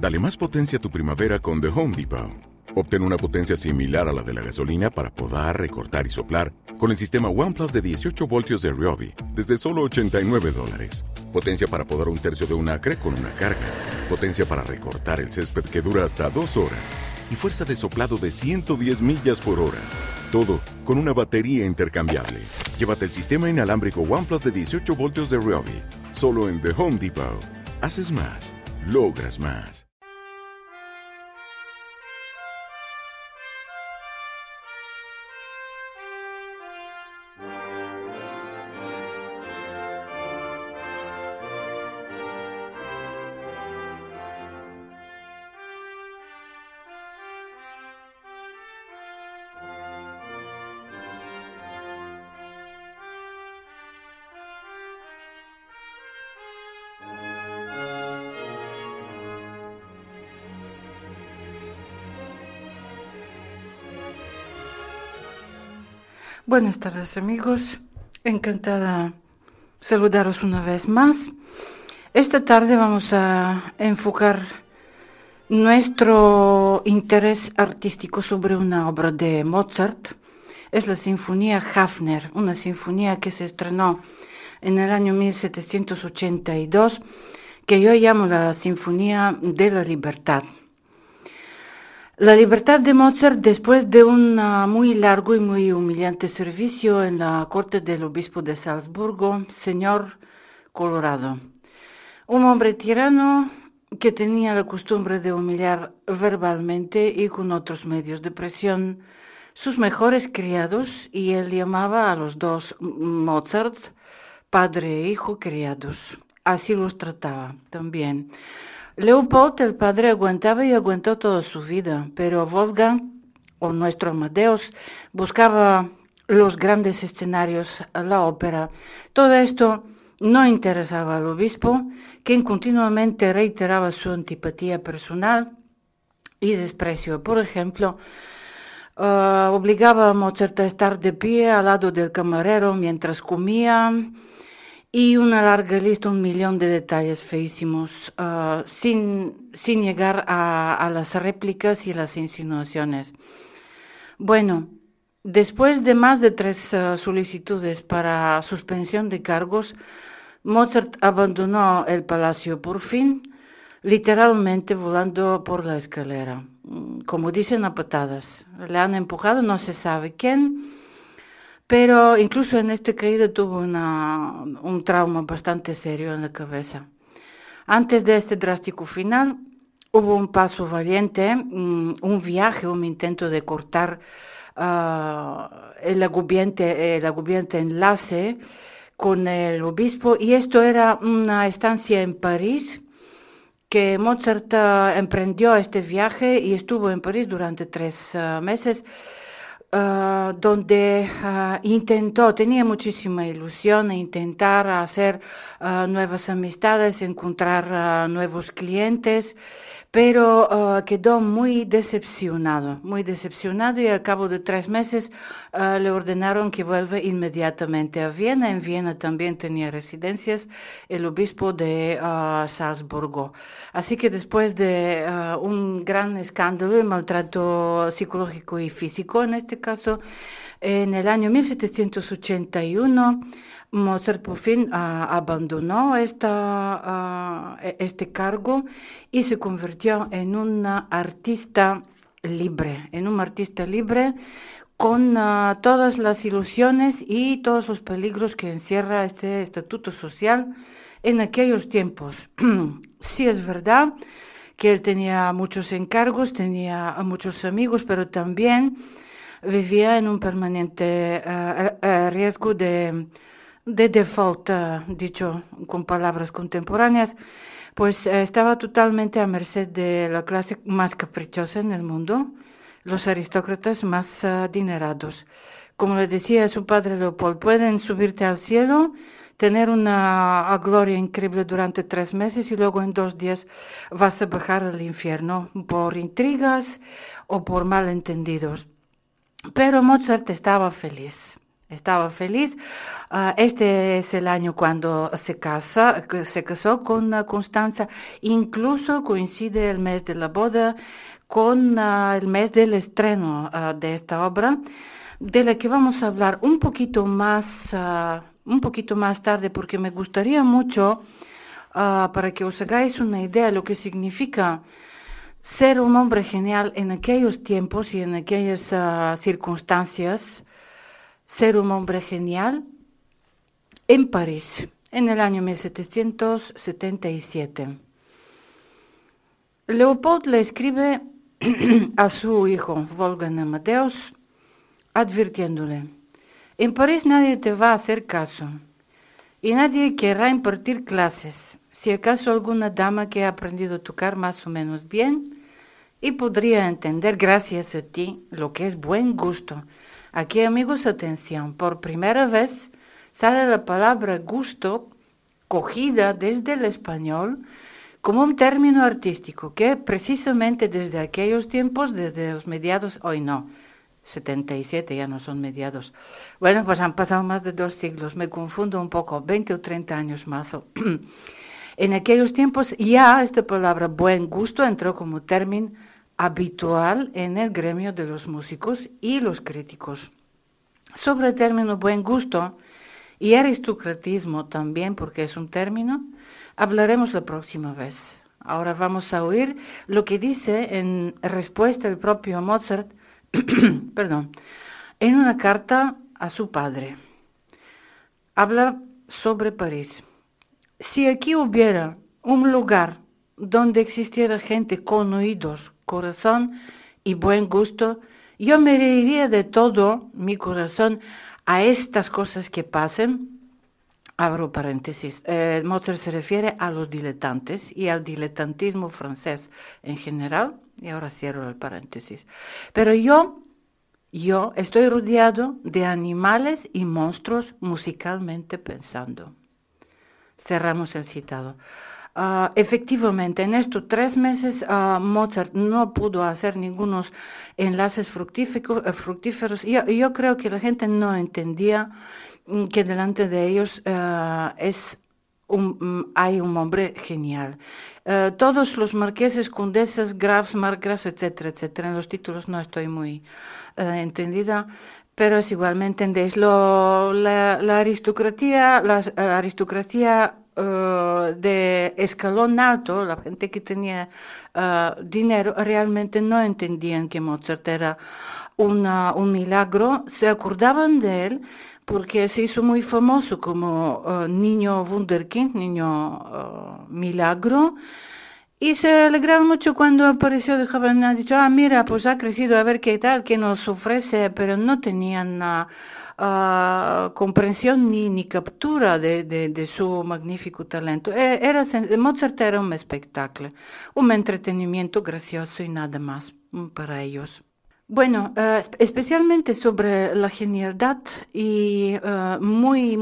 Dale más potencia a tu primavera con The Home Depot. Obtén una potencia similar a la de la gasolina para podar, recortar y soplar con el sistema OnePlus de 18 voltios de Ryobi desde solo $89. Potencia para podar un tercio de un acre con una carga. Potencia para recortar el césped que dura hasta 2 horas. Y fuerza de soplado de 110 millas por hora. Todo con una batería intercambiable. Llévate el sistema inalámbrico OnePlus de 18 voltios de Ryobi. Solo en The Home Depot. Haces más. Logras más. Buenas tardes, amigos. Encantada saludaros una vez más. Esta tarde vamos a enfocar nuestro interés artístico sobre una obra de Mozart. Es la Sinfonía Hafner, una sinfonía que se estrenó en el año 1782, que yo llamo la Sinfonía de la Libertad. La libertad de Mozart después de un muy largo y muy humillante servicio en la corte del obispo de Salzburgo, señor Colorado. Un hombre tirano que tenía la costumbre de humillar verbalmente y con otros medios de presión sus mejores criados, y él llamaba a los dos Mozart, padre e hijo criados. Así los trataba también. Leopold, el padre, aguantaba y aguantó toda su vida, pero Wolfgang, o nuestro Amadeus, buscaba los grandes escenarios, la ópera. Todo esto no interesaba al obispo, quien continuamente reiteraba su antipatía personal y desprecio. Por ejemplo, obligaba a Mozart a estar de pie al lado del camarero mientras comía, y una larga lista, 1.000.000 de detalles feísimos, sin llegar a las réplicas y las insinuaciones. Bueno, después de más de 3 solicitudes para suspensión de cargos, Mozart abandonó el palacio por fin, literalmente volando por la escalera. Como dicen, a patadas. Le han empujado, no se sabe quién. Pero incluso en esta caída tuvo un trauma bastante serio en la cabeza. Antes de este drástico final, hubo un paso valiente, un viaje, un intento de cortar el agobiante enlace con el obispo, y esto era una estancia en París, que Mozart emprendió este viaje y estuvo en París durante 3 meses, donde tenía muchísima ilusión de intentar hacer nuevas amistades, encontrar nuevos clientes, pero quedó muy decepcionado, y al cabo de 3 meses le ordenaron que vuelva inmediatamente a Viena. En Viena también tenía residencias el obispo de Salzburgo. Así que después de un gran escándalo y maltrato psicológico y físico, en este caso, en el año 1781, Mozart por fin abandonó este cargo y se convirtió en un artista libre, con todas las ilusiones y todos los peligros que encierra este estatuto social en aquellos tiempos. Sí, es verdad que él tenía muchos encargos, tenía muchos amigos, pero también vivía en un permanente riesgo de default, dicho con palabras contemporáneas, pues estaba totalmente a merced de la clase más caprichosa en el mundo, los aristócratas más adinerados. Como le decía su padre Leopold, pueden subirte al cielo, tener una gloria increíble durante 3 meses y luego en 2 días vas a bajar al infierno por intrigas o por malentendidos. Pero Mozart estaba feliz. estaba feliz. Este es el año cuando se casó con Constanza. Incluso coincide el mes de la boda con el mes del estreno de esta obra, de la que vamos a hablar un poquito más tarde, porque me gustaría mucho, para que os hagáis una idea de lo que significa ser un hombre genial en aquellos tiempos y en aquellas circunstancias, ser un hombre genial en París, en el año 1777. Leopold le escribe a su hijo Wolfgang Amadeus, advirtiéndole: en París nadie te va a hacer caso y nadie querrá impartir clases, si acaso alguna dama que ha aprendido a tocar más o menos bien y podría entender gracias a ti lo que es buen gusto. Aquí, amigos, atención, por primera vez sale la palabra gusto cogida desde el español como un término artístico que precisamente desde aquellos tiempos, desde los mediados, hoy no, 77 ya no son mediados. Bueno, pues han pasado más de 2 siglos, me confundo un poco, 20 o 30 años más. En aquellos tiempos ya esta palabra buen gusto entró como término habitual en el gremio de los músicos y los críticos. Sobre el término buen gusto y aristocratismo también, porque es un término, hablaremos la próxima vez. Ahora vamos a oír lo que dice en respuesta el propio Mozart, perdón, en una carta a su padre. Habla sobre París. Si aquí hubiera un lugar donde existiera gente con oídos, corazón y buen gusto, yo me reiría de todo mi corazón a estas cosas que pasen. Abro paréntesis. Mozart se refiere a los diletantes y al diletantismo francés en general. Y ahora cierro el paréntesis. Pero yo estoy rodeado de animales y monstruos musicalmente pensando. Cerramos el citado. Efectivamente, en estos 3 meses Mozart no pudo hacer ningunos enlaces fructíferos. Yo creo que la gente no entendía que delante de ellos hay un hombre genial. Todos los marqueses, condesas, grafs, markgrafs, etcétera, etcétera. En los títulos no estoy muy entendida, pero es igual, me entendéis. La aristocracia, de escalón alto, la gente que tenía dinero, realmente no entendían que Mozart era un milagro. Se acordaban de él porque se hizo muy famoso como niño wunderkind, niño milagro, y se alegraron mucho cuando apareció de joven. Han dicho, mira, pues ha crecido, a ver qué tal, qué nos ofrece, pero no tenían comprensión ni captura de su magnífico talento. Mozart era un espectáculo, un entretenimiento gracioso y nada más para ellos. Bueno, especialmente sobre la genialidad y muy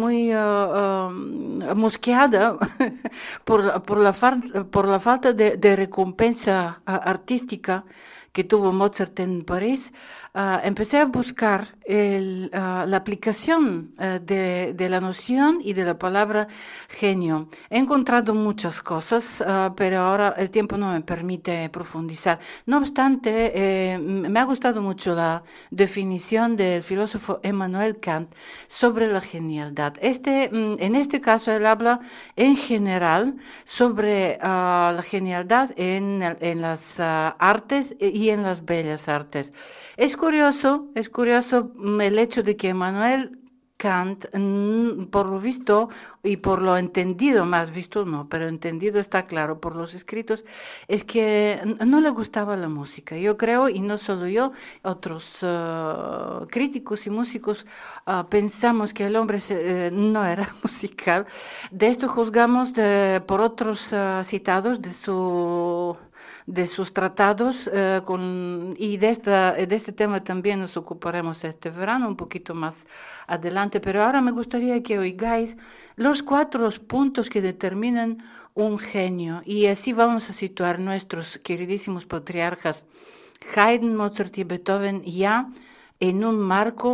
mosqueada por la falta de recompensa artística que tuvo Mozart en París, empecé a buscar la aplicación de la noción y de la palabra genio. He encontrado muchas cosas, pero ahora el tiempo no me permite profundizar. No obstante, me ha gustado mucho la definición del filósofo Emmanuel Kant sobre la genialidad. En este caso, él habla en general sobre la genialidad en las artes y en las bellas artes. Es curioso el hecho de que Emmanuel Kant, por lo visto y por lo entendido, más visto no, pero entendido está claro por los escritos, es que no le gustaba la música. Yo creo, y no solo yo, otros críticos y músicos pensamos que el hombre no era musical. De esto juzgamos por otros citados de sus tratados, y de este tema también nos ocuparemos este verano, un poquito más adelante, pero ahora me gustaría que oigáis los 4 puntos que determinan un genio, y así vamos a situar nuestros queridísimos patriarcas Haydn, Mozart y Beethoven ya en un marco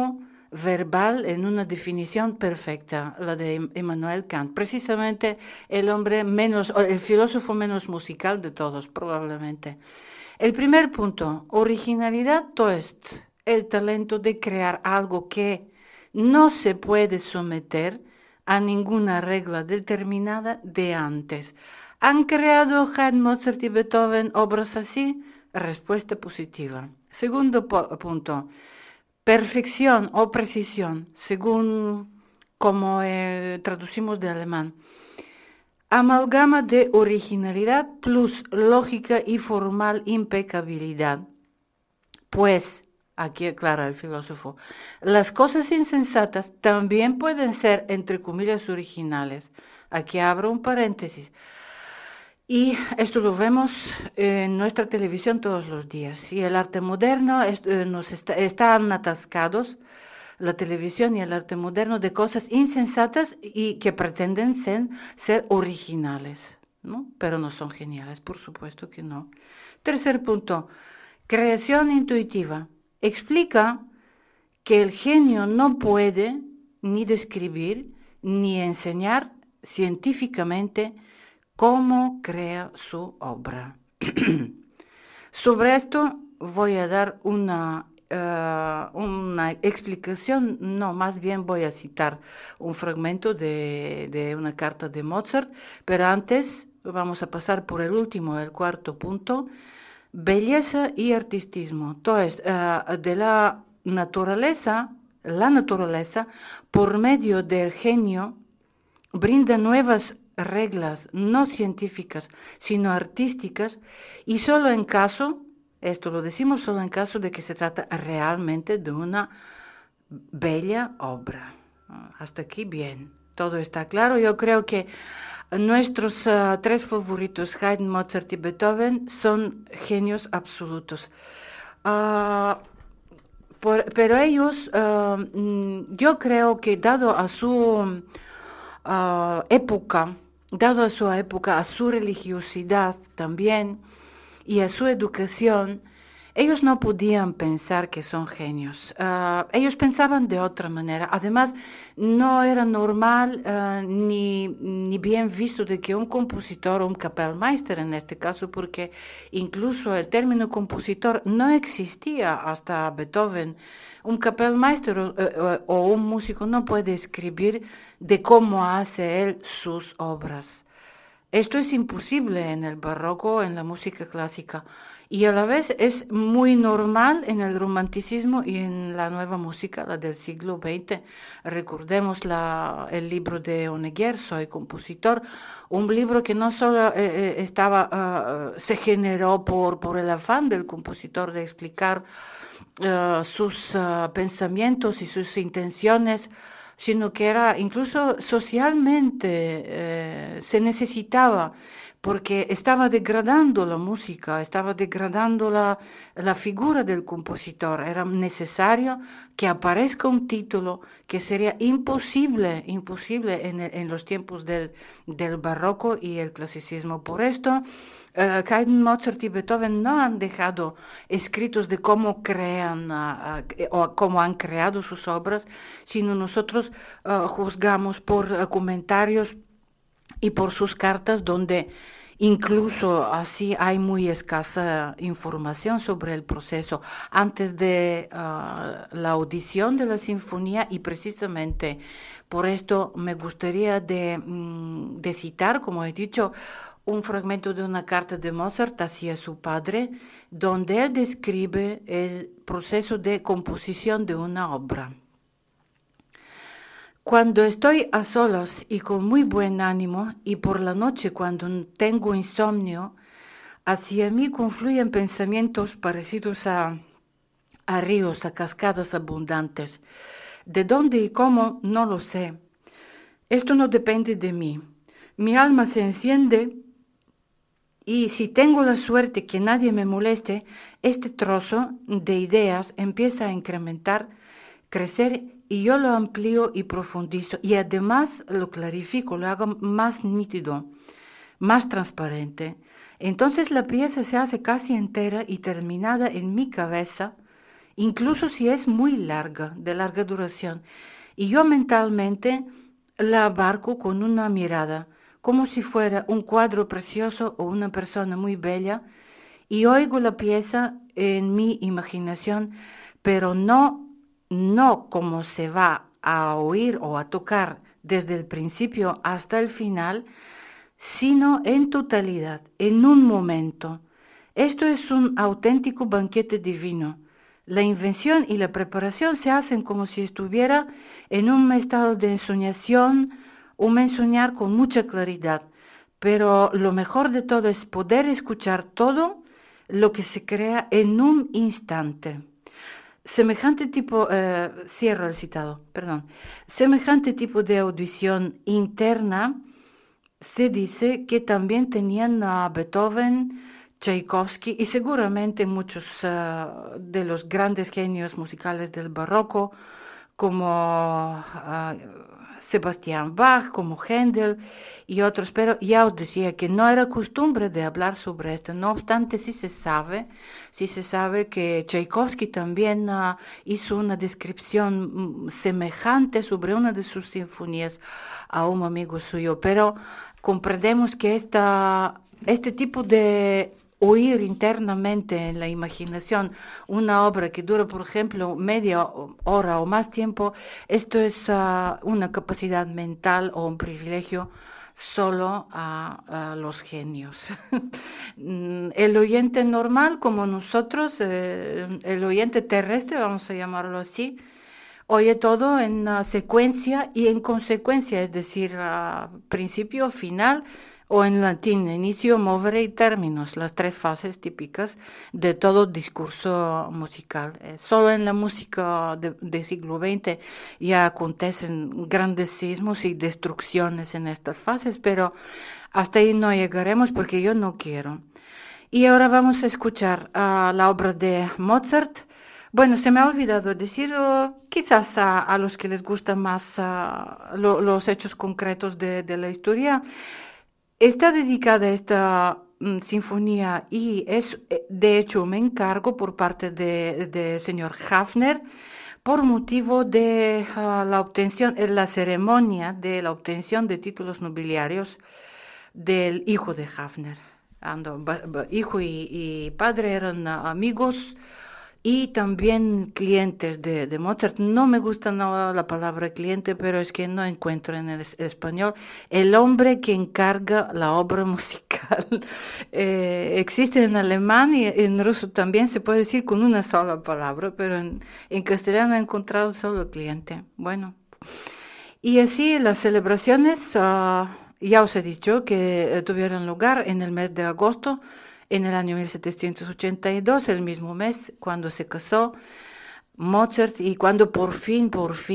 verbal en una definición perfecta, la de Immanuel Kant. Precisamente el filósofo menos musical de todos, probablemente. El primer punto, originalidad, to jest el talento de crear algo que no se puede someter a ninguna regla determinada de antes. ¿Han creado Haydn, Mozart y Beethoven obras así? Respuesta positiva. Segundo punto, perfección o precisión, según como traducimos de alemán. Amalgama de originalidad plus lógica y formal impecabilidad. Pues, aquí aclara el filósofo, las cosas insensatas también pueden ser, entre comillas, originales. Aquí abro un paréntesis. Y esto lo vemos en nuestra televisión todos los días. Y el arte moderno están atascados, la televisión y el arte moderno, de cosas insensatas y que pretenden ser originales, ¿no? Pero no son geniales, por supuesto que no. Tercer punto, creación intuitiva. Explica que el genio no puede ni describir ni enseñar científicamente cómo crea su obra. Sobre esto voy a dar una explicación, no, más bien voy a citar un fragmento de una carta de Mozart, pero antes vamos a pasar por el cuarto punto, belleza y artistismo. Entonces, de la naturaleza, por medio del genio, brinda nuevas reglas no científicas, sino artísticas, y solo en caso, esto lo decimos solo en caso de que se trata realmente de una bella obra. Hasta aquí bien, todo está claro. Yo creo que nuestros tres favoritos, Haydn, Mozart y Beethoven, son genios absolutos. Pero ellos, yo creo que dado a su época, a su religiosidad también y a su educación, ellos no podían pensar que son genios. Ellos pensaban de otra manera. Además, no era normal ni bien visto de que un compositor, un Kapellmeister en este caso, porque incluso el término compositor no existía hasta Beethoven. Un Kapellmeister o un músico no puede escribir de cómo hace él sus obras. Esto es imposible en el barroco, en la música clásica, y a la vez es muy normal en el romanticismo y en la nueva música, la del siglo XX. Recordemos el libro de Honegger, Soy compositor, un libro que no solo se generó por el afán del compositor de explicar sus pensamientos y sus intenciones, sino que era incluso socialmente se necesitaba, porque estaba degradando la música, estaba degradando la figura del compositor. Era necesario que aparezca un título que sería imposible en los tiempos del barroco y el clasicismo. Por esto, Haydn, Mozart y Beethoven no han dejado escritos de cómo crean o cómo han creado sus obras, sino nosotros juzgamos por comentarios y por sus cartas, donde incluso así hay muy escasa información sobre el proceso antes de la audición de la sinfonía, y precisamente por esto me gustaría de citar, como he dicho, un fragmento de una carta de Mozart hacia su padre, donde él describe el proceso de composición de una obra. Cuando estoy a solas y con muy buen ánimo, y por la noche cuando tengo insomnio, hacia mí confluyen pensamientos parecidos a ríos, a cascadas abundantes. ¿De dónde y cómo? No lo sé. Esto no depende de mí. Mi alma se enciende y si tengo la suerte que nadie me moleste, este trozo de ideas empieza a incrementar, crecer, y yo lo amplío y profundizo, y además lo clarifico, lo hago más nítido, más transparente. Entonces la pieza se hace casi entera y terminada en mi cabeza, incluso si es muy larga, de larga duración. Y yo mentalmente la abarco con una mirada, como si fuera un cuadro precioso o una persona muy bella, y oigo la pieza en mi imaginación, pero no como se va a oír o a tocar desde el principio hasta el final, sino en totalidad, en un momento. Esto es un auténtico banquete divino. La invención y la preparación se hacen como si estuviera en un estado de ensoñación, un ensoñar con mucha claridad. Pero lo mejor de todo es poder escuchar todo lo que se crea en un instante. Semejante tipo, cierro el citado, perdón. Semejante tipo de audición interna se dice que también tenían a Beethoven, Tchaikovsky y seguramente muchos de los grandes genios musicales del barroco, como Sebastián Bach, como Händel y otros, pero ya os decía que no era costumbre de hablar sobre esto. No obstante, sí se sabe que Tchaikovsky también hizo una descripción semejante sobre una de sus sinfonías a un amigo suyo, pero comprendemos que este tipo de oír internamente en la imaginación una obra que dura, por ejemplo, media hora o más tiempo, esto es una capacidad mental o un privilegio solo a los genios. El oyente normal, como nosotros, el oyente terrestre, vamos a llamarlo así, oye todo en secuencia y en consecuencia, es decir, principio, final, o en latín, inicio, movere y términos, las tres fases típicas de todo discurso musical. Solo en la música del siglo XX ya acontecen grandes sismos y destrucciones en estas fases, pero hasta ahí no llegaremos porque yo no quiero. Y ahora vamos a escuchar la obra de Mozart. Bueno, se me ha olvidado decir, quizás a los que les gustan más los hechos concretos de la historia, está dedicada esta sinfonía y es, de hecho, me encargo por parte de señor Hafner por motivo de la obtención, la ceremonia de la obtención de títulos nobiliarios del hijo de Hafner. Hijo y padre eran amigos y también clientes de Mozart. No me gusta nada la palabra cliente, pero es que no encuentro en el español el hombre que encarga la obra musical. Existe en alemán y en ruso también se puede decir con una sola palabra, pero en castellano he encontrado solo cliente. Bueno, y así las celebraciones, ya os he dicho que tuvieron lugar en el mes de agosto, en el año 1782, el mismo mes cuando se casó Mozart y cuando por fin,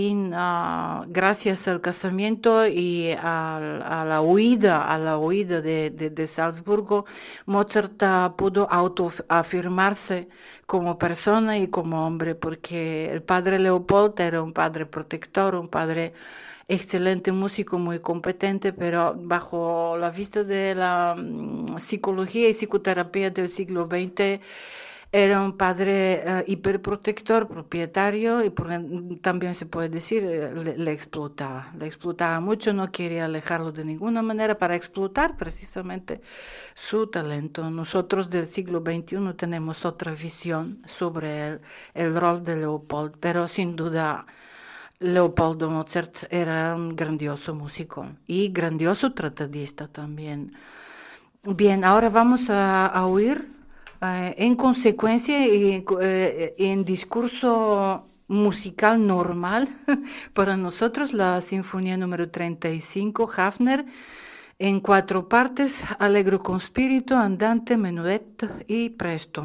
gracias al casamiento y a la huida de Salzburgo, Mozart pudo autoafirmarse como persona y como hombre, porque el padre Leopold era un padre protector, un padre excelente músico, muy competente, pero bajo la vista de la psicología y psicoterapia del siglo XX, era un padre hiperprotector, propietario, y también se puede decir, le explotaba mucho, no quería alejarlo de ninguna manera para explotar precisamente su talento. Nosotros del siglo XXI tenemos otra visión sobre el rol de Leopold, pero sin duda Leopoldo Mozart era un grandioso músico y grandioso tratadista también. Bien, ahora vamos a oír en consecuencia y en discurso musical normal para nosotros la Sinfonía número 35, Hafner, en 4 partes, Allegro con spirito, andante, menuet y presto.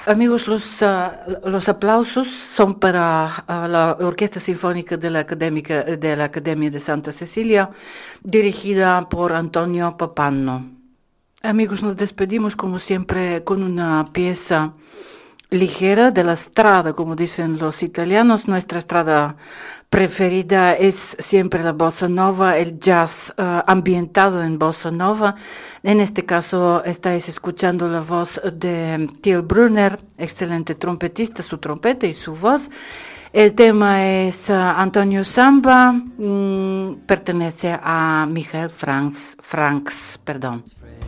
Amigos, los aplausos son para la Orquesta Sinfónica de la Academia de Santa Cecilia, dirigida por Antonio Papanno. Amigos, nos despedimos como siempre con una pieza ligera de la strada, como dicen los italianos. Nuestra strada preferida es siempre la bossa nova, el jazz ambientado en bossa nova. En este caso estáis escuchando la voz de Till Brunner, excelente trompetista, su trompeta y su voz. El tema es Antonio Samba, pertenece a Michael Franks, perdón.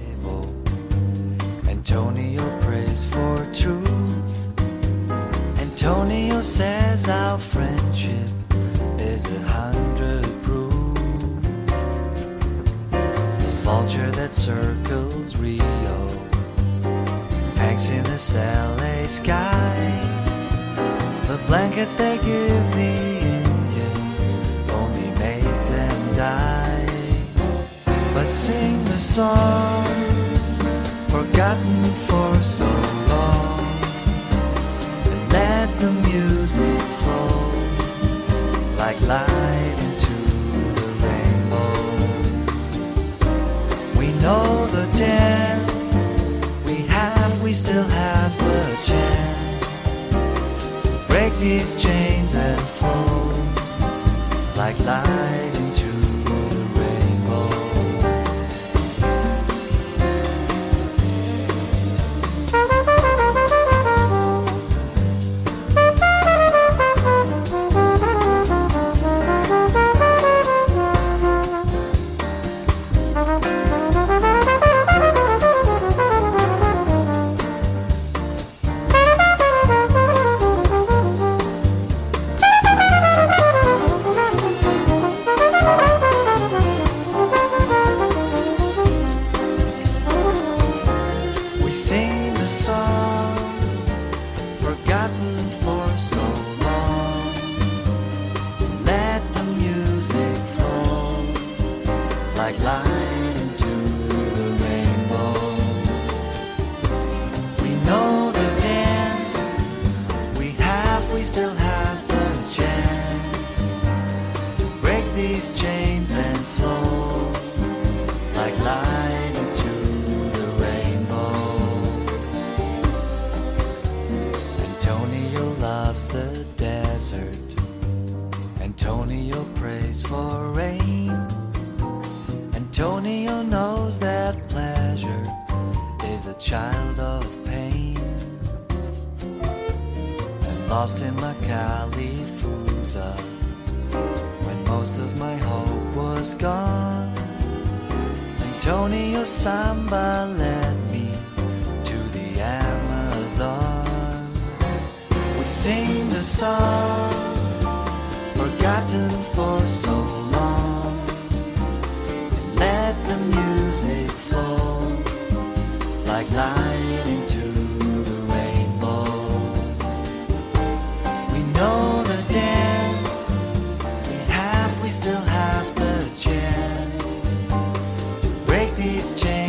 Antonio prays for truth. Antonio says our friendship is 100 proof. The vulture that circles Rio hangs in the LA sky. The blankets they give the Indians only make them die. But sing the song forgotten for so long, and let the music flow like light into the rainbow. We know the dance, we still have the chance to break these chains and flow like light into the rainbow. Antonio prays for rain. Antonio knows that pleasure is the child of pain. And lost in La Califusa, when most of my hope was gone, Antonio Samba led me to the Amazon. We sing the song forgotten for so long, and let the music flow like light into the rainbow. We know the dance, we still have the chance to break these chains